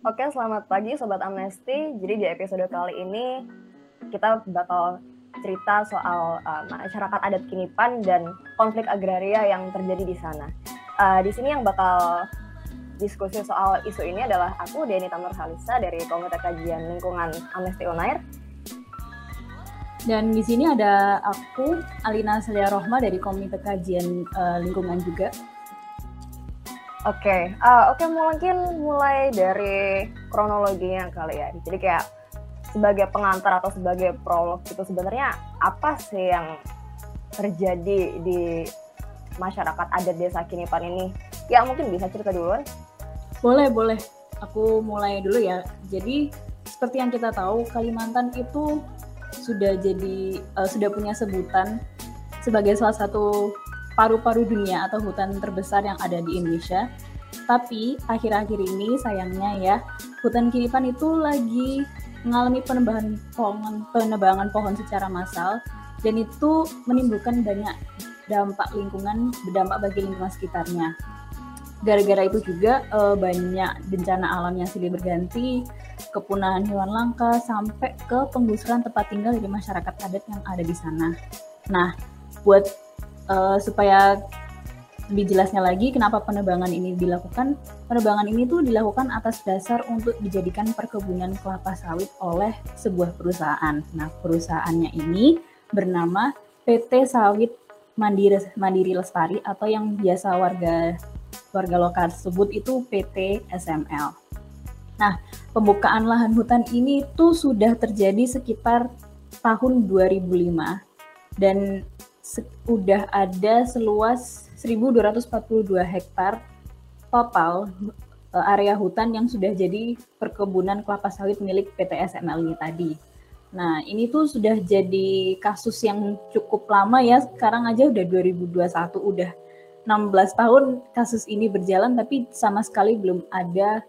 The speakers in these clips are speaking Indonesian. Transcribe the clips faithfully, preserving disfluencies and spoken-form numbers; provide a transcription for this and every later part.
Oke, selamat pagi Sobat Amnesty. Jadi di episode kali ini kita bakal cerita soal uh, masyarakat adat Kinipan dan konflik agraria yang terjadi di sana. Uh, di sini yang bakal diskusi soal isu ini adalah aku, Denita Nurhalisa dari Komite Kajian Lingkungan Amnesty Unair. Dan di sini ada aku, Alina Celia Rohma dari Komite Kajian uh, Lingkungan juga. Oke, okay. uh, oke okay, mungkin mulai dari kronologinya kali ya. Jadi kayak sebagai pengantar atau sebagai prolog itu sebenarnya apa sih yang terjadi di masyarakat adat Desa Kinipan ini? Ya mungkin bisa cerita duluan. Boleh, boleh. Aku mulai dulu ya. Jadi seperti yang kita tahu, Kalimantan itu sudah jadi uh, sudah punya sebutan sebagai salah satu paru-paru dunia atau hutan terbesar yang ada di Indonesia. Tapi akhir-akhir ini sayangnya ya, hutan Kinipan itu lagi mengalami penebangan pohon, penebangan pohon secara massal, dan itu menimbulkan banyak dampak lingkungan, berdampak bagi lingkungan sekitarnya. Gara-gara itu juga eh, banyak bencana alam yang silih berganti, kepunahan hewan langka, sampai ke penggusuran tempat tinggal dari masyarakat adat yang ada di sana. Nah, buat Uh, supaya lebih jelasnya lagi kenapa penebangan ini dilakukan, penebangan ini tuh dilakukan atas dasar untuk dijadikan perkebunan kelapa sawit oleh sebuah perusahaan. Nah, perusahaannya ini bernama P T Sawit Mandiri, Mandiri Lestari atau yang biasa warga warga lokal sebut itu P T S M L. Nah, pembukaan lahan hutan ini tuh sudah terjadi sekitar tahun dua ribu lima dan sudah ada seluas seribu dua ratus empat puluh dua hektar total area hutan yang sudah jadi perkebunan kelapa sawit milik P T S M L ini tadi. Nah, ini tuh sudah jadi kasus yang cukup lama ya. Sekarang aja udah dua ribu dua puluh satu, udah enam belas tahun kasus ini berjalan, tapi sama sekali belum ada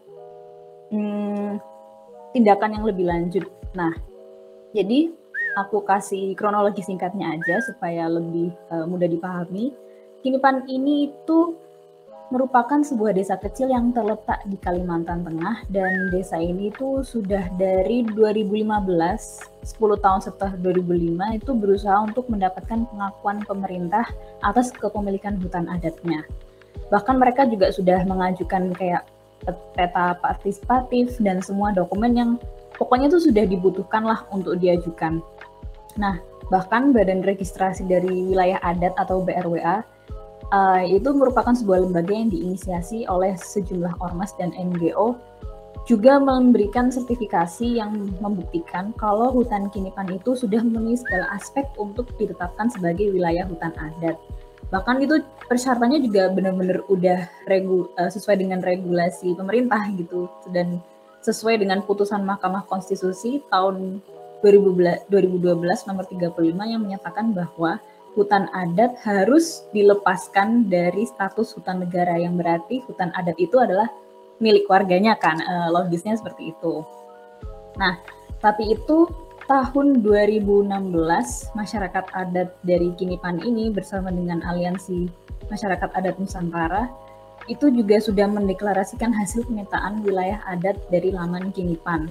hmm, tindakan yang lebih lanjut. Nah, jadi aku kasih kronologi singkatnya aja supaya lebih uh, mudah dipahami. Kinipan ini itu merupakan sebuah desa kecil yang terletak di Kalimantan Tengah, dan desa ini itu sudah dari dua ribu lima belas, sepuluh tahun setelah dua ribu lima itu berusaha untuk mendapatkan pengakuan pemerintah atas kepemilikan hutan adatnya. Bahkan mereka juga sudah mengajukan kayak peta partisipatif dan semua dokumen yang pokoknya itu sudah dibutuhkan lah untuk diajukan. Nah, bahkan Badan Registrasi dari Wilayah Adat atau B R W A uh, itu merupakan sebuah lembaga yang diinisiasi oleh sejumlah ormas dan N G O, juga memberikan sertifikasi yang membuktikan kalau hutan Kinipan itu sudah memenuhi segala aspek untuk ditetapkan sebagai wilayah hutan adat. Bahkan itu persyaratannya juga benar-benar udah regu, uh, sesuai dengan regulasi pemerintah gitu, dan sesuai dengan putusan Mahkamah Konstitusi tahun dua ribu dua belas nomor tiga puluh lima yang menyatakan bahwa hutan adat harus dilepaskan dari status hutan negara, yang berarti hutan adat itu adalah milik warganya kan, e, logisnya seperti itu. Nah, tapi itu tahun dua ribu enam belas masyarakat adat dari Kinipan ini bersama dengan Aliansi Masyarakat Adat Nusantara itu juga sudah mendeklarasikan hasil pemetaan wilayah adat dari Laman Kinipan.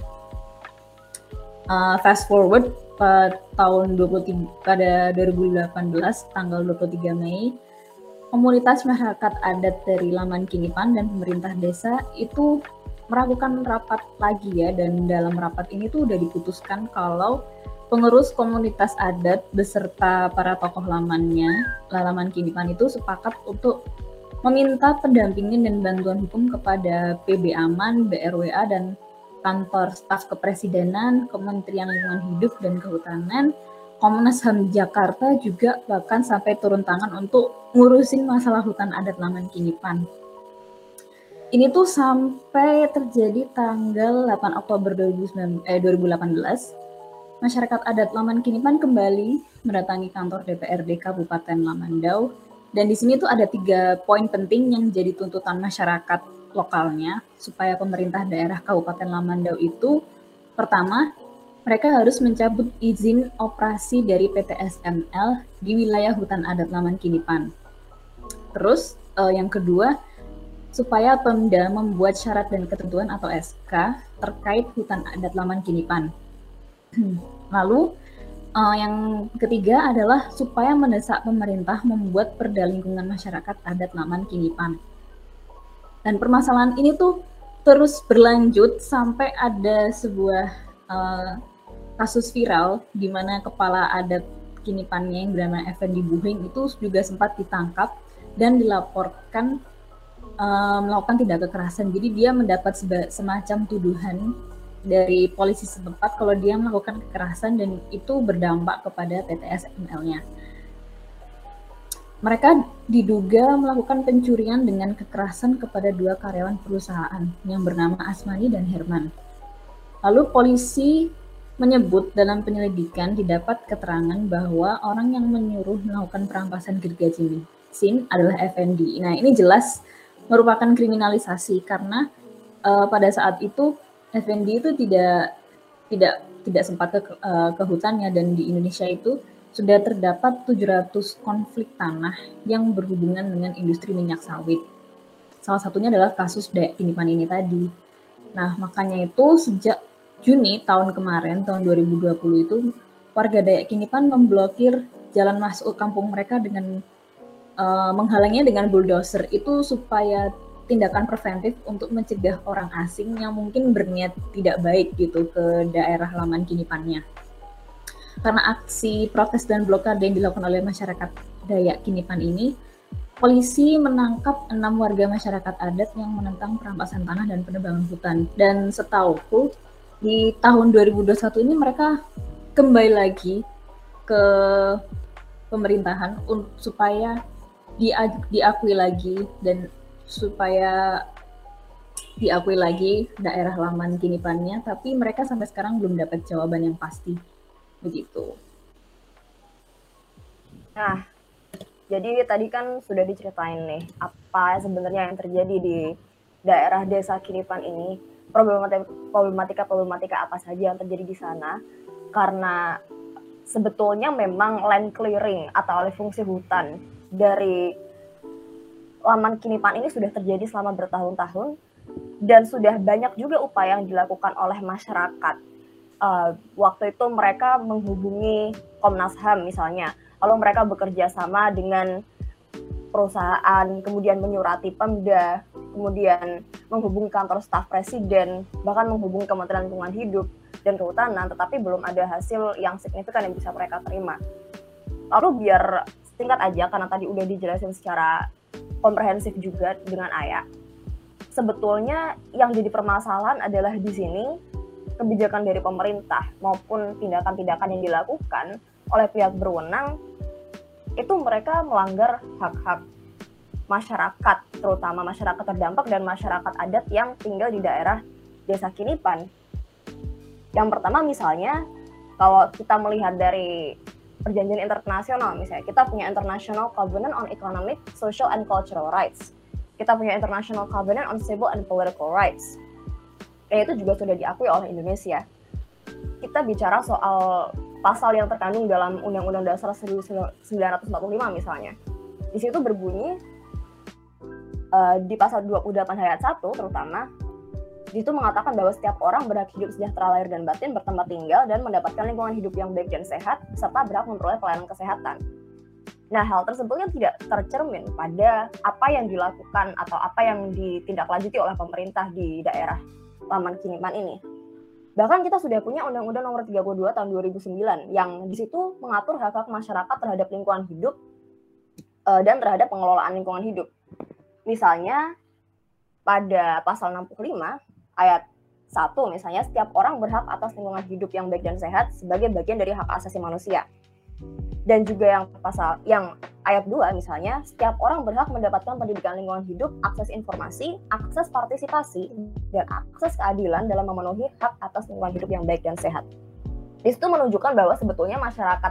Uh, fast forward pada tahun dua puluh tiga, pada dua ribu delapan belas tanggal dua puluh tiga Mei, komunitas masyarakat adat dari Laman Kinipan dan pemerintah desa itu melakukan rapat lagi ya, dan dalam rapat ini tuh udah diputuskan kalau pengurus komunitas adat beserta para tokoh lamannya, Laman Kinipan itu sepakat untuk meminta pendampingan dan bantuan hukum kepada P B Aman, B R W A, dan Kantor Staf Kepresidenan, Kementerian Lingkungan Hidup dan Kehutanan, Komnas H A M Jakarta juga bahkan sampai turun tangan untuk ngurusin masalah hutan adat Laman Kinipan. Ini tuh sampai terjadi tanggal delapan Oktober dua ribu delapan belas, masyarakat adat Laman Kinipan kembali mendatangi kantor D P R D Kabupaten Lamandau, dan di sini tuh ada tiga poin penting yang jadi tuntutan masyarakat lokalnya supaya pemerintah daerah Kabupaten Lamandau itu, pertama, mereka harus mencabut izin operasi dari P T S M L di wilayah hutan adat Laman Kinipan. Terus uh, yang kedua, supaya Pemda membuat syarat dan ketentuan atau S K terkait hutan adat Laman Kinipan. Lalu uh, yang ketiga adalah supaya mendesak pemerintah membuat Perda Lingkungan Masyarakat Adat Laman Kinipan. Dan permasalahan ini tuh terus berlanjut sampai ada sebuah uh, kasus viral di mana kepala adat Kinipannya yang bernama Effendi Buhing itu juga sempat ditangkap dan dilaporkan uh, melakukan tindak kekerasan. Jadi dia mendapat semacam tuduhan dari polisi setempat kalau dia melakukan kekerasan dan itu berdampak kepada P T S M L-nya. Mereka diduga melakukan pencurian dengan kekerasan kepada dua karyawan perusahaan yang bernama Asmani dan Herman. Lalu polisi menyebut dalam penyelidikan didapat keterangan bahwa orang yang menyuruh melakukan perampasan gergaji mesin adalah Effendi. Nah, ini jelas merupakan kriminalisasi karena uh, pada saat itu Effendi itu tidak tidak tidak sempat ke, uh, ke hutannya, dan di Indonesia itu sudah terdapat tujuh ratus konflik tanah yang berhubungan dengan industri minyak sawit. Salah satunya adalah kasus Dayak Kinipan ini tadi. Nah, makanya itu sejak Juni tahun kemarin, tahun dua ribu dua puluh itu, warga Dayak Kinipan memblokir jalan masuk kampung mereka dengan uh, menghalanginya dengan bulldozer itu supaya tindakan preventif untuk mencegah orang asing yang mungkin berniat tidak baik gitu ke daerah Laman Kinipannya. Karena aksi protes dan blokade yang dilakukan oleh masyarakat Dayak Kinipan ini, polisi menangkap enam warga masyarakat adat yang menentang perampasan tanah dan penebangan hutan. Dan setauku, di tahun dua ribu dua puluh satu ini mereka kembali lagi ke pemerintahan untuk supaya dia, diakui lagi dan supaya diakui lagi daerah Laman Kinipannya, tapi mereka sampai sekarang belum dapat jawaban yang pasti. Begitu. Nah, jadi tadi kan sudah diceritain nih apa sebenarnya yang terjadi di daerah Desa Kinipan ini, problematika-problematika apa saja yang terjadi di sana, karena sebetulnya memang land clearing atau alih fungsi hutan dari Laman Kinipan ini sudah terjadi selama bertahun-tahun dan sudah banyak juga upaya yang dilakukan oleh masyarakat. Uh, waktu itu mereka menghubungi Komnas H A M misalnya, lalu mereka bekerja sama dengan perusahaan, kemudian menyurati Pemda, kemudian menghubungi kantor staf presiden, bahkan menghubungi Kementerian Lingkungan Hidup dan Kehutanan, tetapi belum ada hasil yang signifikan yang bisa mereka terima. Lalu biar singkat aja, karena tadi udah dijelasin secara komprehensif juga dengan Aya, sebetulnya yang jadi permasalahan adalah di sini kebijakan dari pemerintah maupun tindakan-tindakan yang dilakukan oleh pihak berwenang itu mereka melanggar hak-hak masyarakat, terutama masyarakat terdampak dan masyarakat adat yang tinggal di daerah Desa Kinipan. Yang pertama misalnya, kalau kita melihat dari perjanjian internasional, misalnya kita punya International Covenant on Economic, Social, and Cultural Rights. Kita punya International Covenant on Civil and Political Rights. Kayak itu juga sudah diakui oleh Indonesia. Kita bicara soal pasal yang terkandung dalam Undang-Undang Dasar seribu sembilan ratus empat puluh lima misalnya. Di situ berbunyi, uh, di pasal dua puluh delapan ayat satu terutama, di situ mengatakan bahwa setiap orang berhak hidup sejahtera lahir dan batin, bertempat tinggal, dan mendapatkan lingkungan hidup yang baik dan sehat, serta berhak memperoleh pelayanan kesehatan. Nah, hal tersebut yang tidak tercermin pada apa yang dilakukan atau apa yang ditindaklanjuti oleh pemerintah di daerah Laman Kinipan ini. Bahkan kita sudah punya Undang-Undang Nomor tiga puluh dua Tahun dua ribu sembilan yang di situ mengatur hak-hak masyarakat terhadap lingkungan hidup uh, dan terhadap pengelolaan lingkungan hidup. Misalnya pada pasal enam puluh lima ayat satu misalnya, setiap orang berhak atas lingkungan hidup yang baik dan sehat sebagai bagian dari hak asasi manusia. Dan juga yang pasal yang ayat dua misalnya, setiap orang berhak mendapatkan pendidikan lingkungan hidup, akses informasi, akses partisipasi, dan akses keadilan dalam memenuhi hak atas lingkungan hidup yang baik dan sehat. Di situ menunjukkan bahwa sebetulnya masyarakat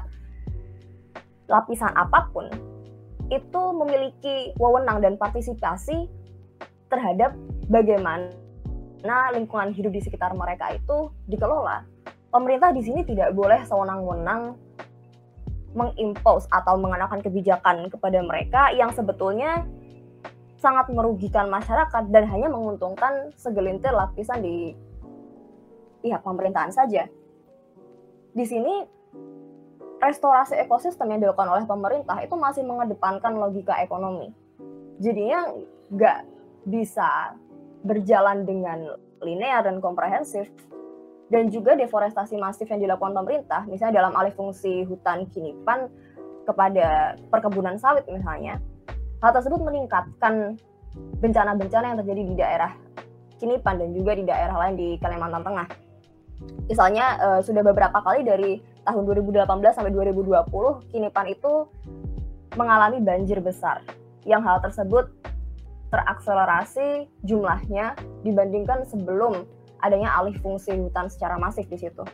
lapisan apapun itu memiliki wewenang dan partisipasi terhadap bagaimana lingkungan hidup di sekitar mereka itu dikelola. Pemerintah di sini tidak boleh sewenang-wenang mengimpose atau mengenakan kebijakan kepada mereka yang sebetulnya sangat merugikan masyarakat dan hanya menguntungkan segelintir lapisan di pihak pemerintahan saja. Di sini restorasi ekosistem yang dilakukan oleh pemerintah itu masih mengedepankan logika ekonomi. Jadinya nggak bisa berjalan dengan linear dan komprehensif. Dan juga deforestasi masif yang dilakukan pemerintah, misalnya dalam alih fungsi hutan kinipan kepada perkebunan sawit misalnya, hal tersebut meningkatkan bencana-bencana yang terjadi di daerah Kinipan dan juga di daerah lain di Kalimantan Tengah. Misalnya uh, sudah beberapa kali dari tahun dua ribu delapan belas sampai dua ribu dua puluh, Kinipan itu mengalami banjir besar, yang hal tersebut terakselerasi jumlahnya dibandingkan sebelum adanya alih fungsi hutan secara masif di situ.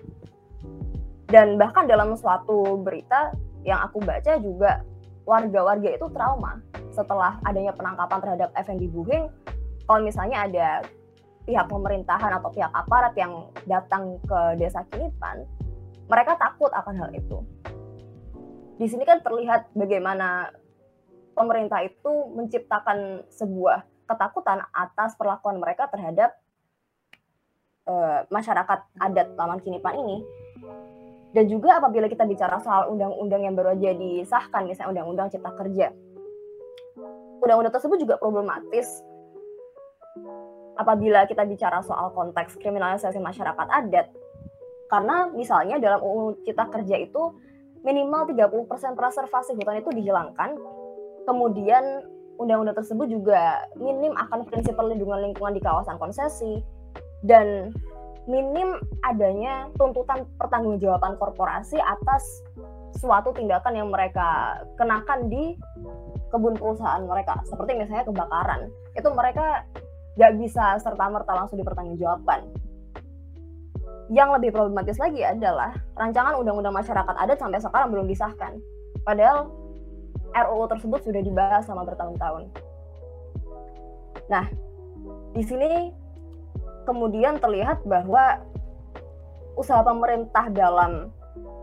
Dan bahkan dalam suatu berita yang aku baca juga, warga-warga itu trauma setelah adanya penangkapan terhadap Effendi Buhing. Kalau misalnya ada pihak pemerintahan atau pihak aparat yang datang ke desa Kinipan, mereka takut akan hal itu. Di sini kan terlihat bagaimana pemerintah itu menciptakan sebuah ketakutan atas perlakuan mereka terhadap uh, masyarakat adat Taman Kinipan ini. Dan juga apabila kita bicara soal undang-undang yang baru aja disahkan, misalnya Undang-Undang Cipta Kerja, undang-undang tersebut juga problematis apabila kita bicara soal konteks kriminalisasi masyarakat adat. Karena misalnya dalam U U Cipta Kerja itu minimal tiga puluh persen preservasi hutan itu dihilangkan. Kemudian undang-undang tersebut juga minim akan prinsip perlindungan lingkungan di kawasan konsesi, dan minim adanya tuntutan pertanggungjawaban korporasi atas suatu tindakan yang mereka kenakan di kebun perusahaan mereka, seperti misalnya kebakaran. Itu mereka nggak bisa serta-merta langsung dipertanggungjawabkan. Yang lebih problematis lagi adalah rancangan undang-undang masyarakat adat sampai sekarang belum disahkan. Padahal R U U tersebut sudah dibahas selama bertahun-tahun. Nah, di sini kemudian terlihat bahwa usaha pemerintah dalam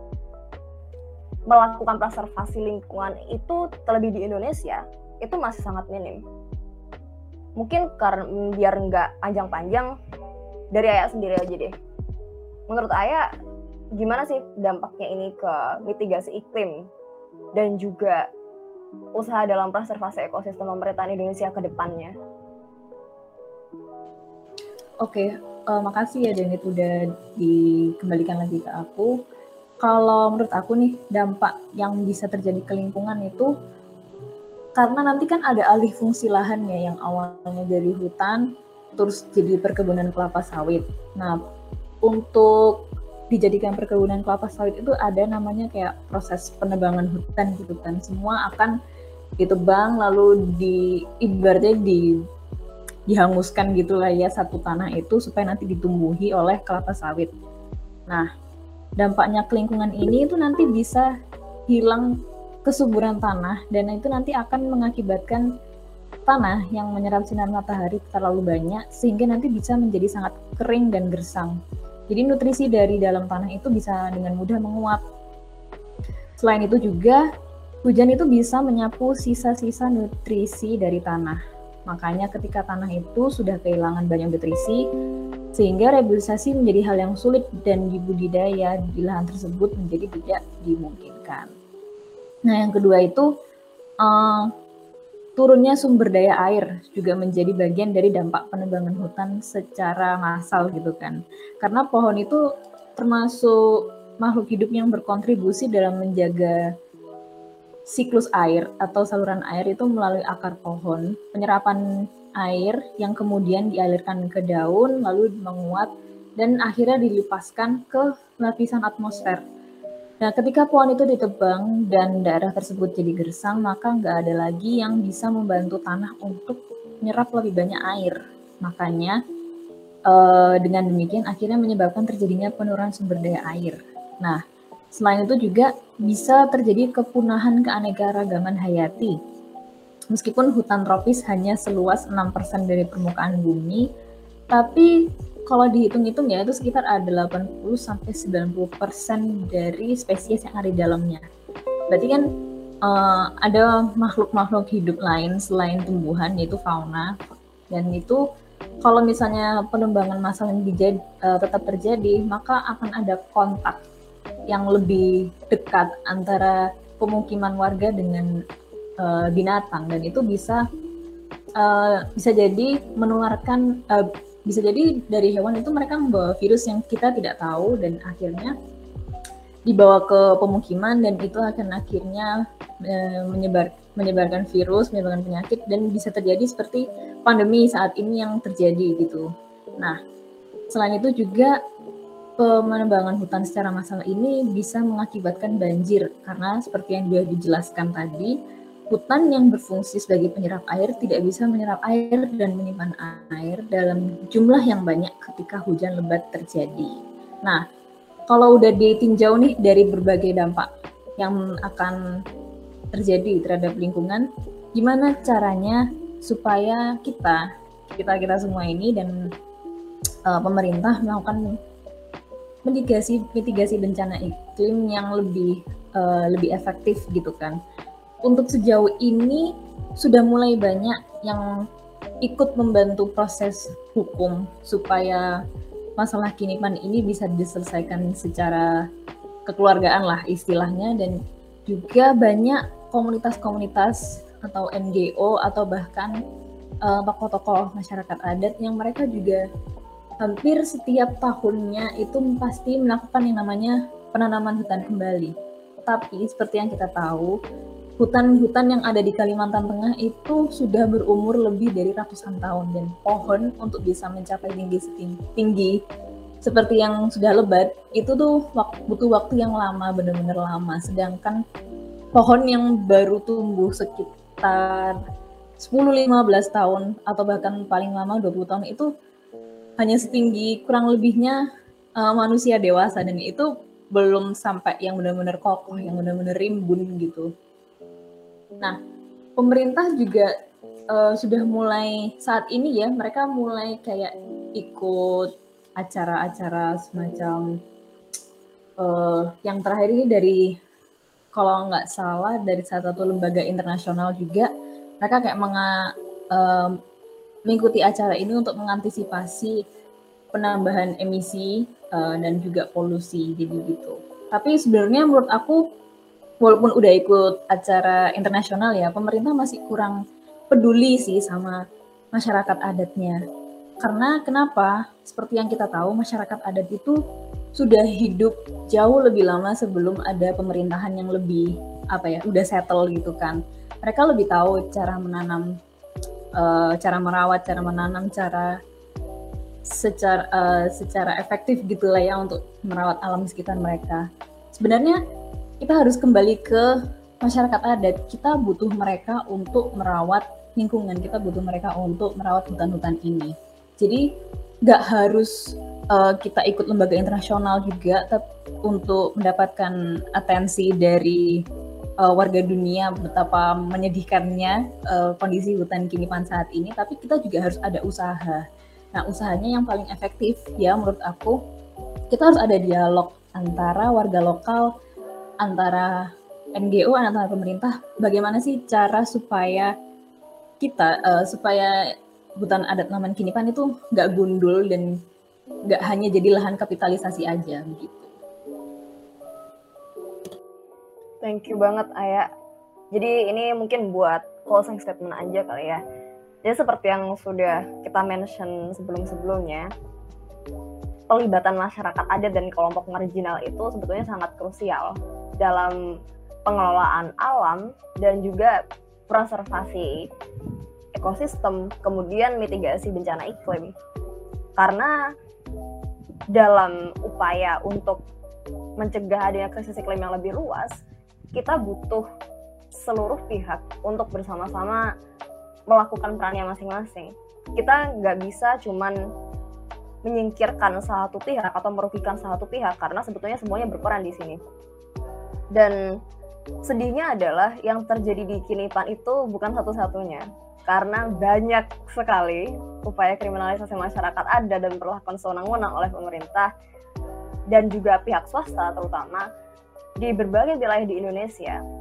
melakukan preservasi lingkungan itu, terlebih di Indonesia, itu masih sangat minim. Mungkin karena biar nggak panjang-panjang, dari Ayah sendiri aja deh. Menurut Ayah, gimana sih dampaknya ini ke mitigasi iklim dan juga usaha dalam preservasi ekosistem pemerintahan Indonesia ke depannya? Oke, okay, uh, makasih ya Denit udah dikembalikan lagi ke aku. Kalau menurut aku nih, dampak yang bisa terjadi ke lingkungan itu karena nanti kan ada alih fungsi lahan ya, yang awalnya dari hutan terus jadi perkebunan kelapa sawit. Nah, untuk dijadikan perkebunan kelapa sawit itu ada namanya kayak proses penebangan hutan gitu kan. Semua akan ditebang lalu di ibaratnya di dihanguskan gitulah ya satu tanah itu supaya nanti ditumbuhi oleh kelapa sawit. Nah, dampaknya ke lingkungan ini itu nanti bisa hilang kesuburan tanah, dan itu nanti akan mengakibatkan tanah yang menyerap sinar matahari terlalu banyak sehingga nanti bisa menjadi sangat kering dan gersang. Jadi nutrisi dari dalam tanah itu bisa dengan mudah menguap. Selain itu juga hujan itu bisa menyapu sisa-sisa nutrisi dari tanah. Makanya ketika tanah itu sudah kehilangan banyak nutrisi, sehingga rehabilitasi menjadi hal yang sulit dan budidaya di lahan tersebut menjadi tidak dimungkinkan. Nah, yang kedua itu uh, turunnya sumber daya air juga menjadi bagian dari dampak penebangan hutan secara massal gitu kan. Karena pohon itu termasuk makhluk hidup yang berkontribusi dalam menjaga siklus air atau saluran air itu melalui akar pohon, penyerapan air yang kemudian dialirkan ke daun, lalu menguap, dan akhirnya dilepaskan ke lapisan atmosfer. Nah, ketika pohon itu ditebang dan daerah tersebut jadi gersang, maka nggak ada lagi yang bisa membantu tanah untuk menyerap lebih banyak air. Makanya, eh, dengan demikian akhirnya menyebabkan terjadinya penurunan sumber daya air. Nah, selain itu juga bisa terjadi kepunahan keanekaragaman hayati. Meskipun hutan tropis hanya seluas enam persen dari permukaan bumi, tapi kalau dihitung-hitung ya itu sekitar ada delapan puluh sampai sembilan puluh persen dari spesies yang ada di dalamnya. Berarti kan uh, ada makhluk-makhluk hidup lain selain tumbuhan, yaitu fauna, dan itu kalau misalnya penebangan massal yang dijad, uh, tetap terjadi, maka akan ada kontak yang lebih dekat antara pemukiman warga dengan uh, binatang, dan itu bisa uh, bisa jadi menularkan, uh, bisa jadi dari hewan itu mereka membawa virus yang kita tidak tahu, dan akhirnya dibawa ke pemukiman, dan itu akan akhirnya e, menyebar menyebarkan virus, menyebarkan penyakit, dan bisa terjadi seperti pandemi saat ini yang terjadi gitu. Nah, selain itu juga penebangan hutan secara massal ini bisa mengakibatkan banjir, karena seperti yang sudah dijelaskan tadi, hutan yang berfungsi sebagai penyerap air tidak bisa menyerap air dan menyimpan air dalam jumlah yang banyak ketika hujan lebat terjadi. Nah, kalau udah ditinjau nih dari berbagai dampak yang akan terjadi terhadap lingkungan, gimana caranya supaya kita, kita kita semua ini dan uh, pemerintah melakukan mitigasi mitigasi bencana iklim yang lebih uh, lebih efektif gitu kan? Untuk sejauh ini sudah mulai banyak yang ikut membantu proses hukum supaya masalah kinipan ini bisa diselesaikan secara kekeluargaan lah istilahnya, dan juga banyak komunitas-komunitas atau N G O atau bahkan uh, tokoh-tokoh masyarakat adat yang mereka juga hampir setiap tahunnya itu pasti melakukan yang namanya penanaman hutan kembali. Tapi seperti yang kita tahu, hutan-hutan yang ada di Kalimantan Tengah itu sudah berumur lebih dari ratusan tahun, dan pohon untuk bisa mencapai tinggi tinggi seperti yang sudah lebat itu tuh butuh waktu yang lama, benar-benar lama. Sedangkan pohon yang baru tumbuh sekitar sepuluh sampai lima belas tahun atau bahkan paling lama dua puluh tahun itu hanya setinggi kurang lebihnya uh, manusia dewasa, dan itu belum sampai yang benar-benar kokoh, yang benar-benar rimbun gitu. Nah, pemerintah juga uh, sudah mulai saat ini ya, mereka mulai kayak ikut acara-acara semacam uh, yang terakhir ini dari, kalau nggak salah, dari salah satu lembaga internasional juga, mereka kayak menga, uh, mengikuti acara ini untuk mengantisipasi penambahan emisi uh, dan juga polusi gitu-gitu. Tapi sebenarnya menurut aku, walaupun udah ikut acara internasional ya, pemerintah masih kurang peduli sih sama masyarakat adatnya. Karena kenapa? Seperti yang kita tahu, masyarakat adat itu sudah hidup jauh lebih lama sebelum ada pemerintahan yang lebih apa ya, udah settle gitu kan. Mereka lebih tahu cara menanam, uh, cara merawat, cara menanam, cara secara uh, secara efektif gitulah ya untuk merawat alam sekitar mereka. Sebenarnya kita harus kembali ke masyarakat adat. Kita butuh mereka untuk merawat lingkungan, kita butuh mereka untuk merawat hutan-hutan ini. Jadi nggak harus uh, kita ikut lembaga internasional juga untuk mendapatkan atensi dari uh, warga dunia betapa menyedihkannya uh, kondisi hutan kinipan saat ini, tapi kita juga harus ada usaha. Nah, usahanya yang paling efektif ya menurut aku, kita harus ada dialog antara warga lokal, antara N G O, antara pemerintah, bagaimana sih cara supaya kita, uh, supaya hutan adat Taman Kinipan itu nggak gundul dan nggak hanya jadi lahan kapitalisasi aja gitu. Thank you banget Aya. Jadi ini mungkin buat closing statement aja kali ya. Jadi seperti yang sudah kita mention sebelum-sebelumnya, pelibatan masyarakat adat dan kelompok marginal itu sebetulnya sangat krusial dalam pengelolaan alam dan juga preservasi ekosistem, kemudian mitigasi bencana iklim. Karena dalam upaya untuk mencegah adanya krisis iklim yang lebih luas, kita butuh seluruh pihak untuk bersama-sama melakukan perannya masing-masing. Kita nggak bisa cuman menyingkirkan salah satu pihak atau merugikan salah satu pihak, karena sebetulnya semuanya berperan di sini. Dan sedihnya adalah yang terjadi di Kinipan itu bukan satu-satunya, karena banyak sekali upaya kriminalisasi masyarakat adat dan perlakuan sewenang-wenang oleh pemerintah dan juga pihak swasta terutama di berbagai wilayah di Indonesia.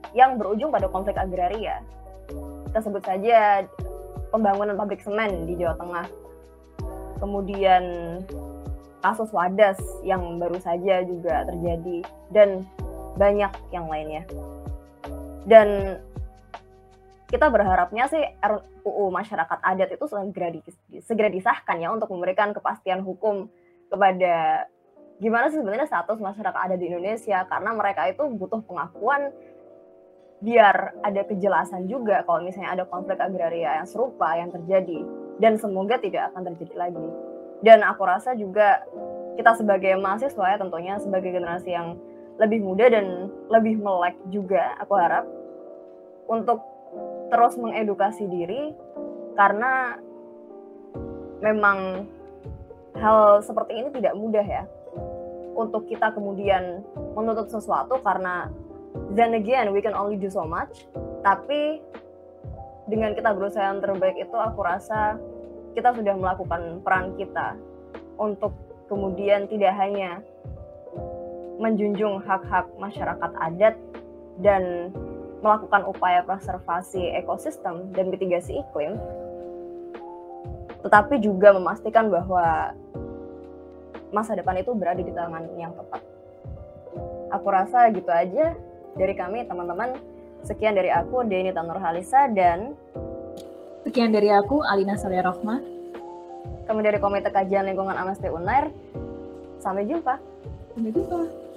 yang berujung pada konflik agraria. Kita sebut saja pembangunan pabrik semen di Jawa Tengah, kemudian kasus Wadas yang baru saja juga terjadi, dan banyak yang lainnya. Dan kita berharapnya sih R U U Masyarakat Adat itu segera, di, segera disahkan ya, untuk memberikan kepastian hukum kepada gimana sih sebenarnya status masyarakat adat di Indonesia, karena mereka itu butuh pengakuan biar ada kejelasan juga kalau misalnya ada konflik agraria yang serupa yang terjadi, dan semoga tidak akan terjadi lagi. Dan aku rasa juga kita sebagai mahasiswa ya, tentunya sebagai generasi yang lebih muda dan lebih melek juga, aku harap untuk terus mengedukasi diri, karena memang hal seperti ini tidak mudah ya untuk kita kemudian menuntut sesuatu, karena then again we can only do so much. Tapi dengan kita berusaha yang terbaik itu, aku rasa kita sudah melakukan peran kita untuk kemudian tidak hanya menjunjung hak-hak masyarakat adat dan melakukan upaya preservasi ekosistem dan mitigasi iklim, tetapi juga memastikan bahwa masa depan itu berada di tangan yang tepat. Aku rasa gitu aja dari kami, teman-teman. Sekian dari aku, Deni Tanurhalisa, dan sekian dari aku, Alina Saleh Rohmah. Kami dari Komite Kajian Lingkungan Amnesty Unair. Sampai jumpa. Sampai jumpa.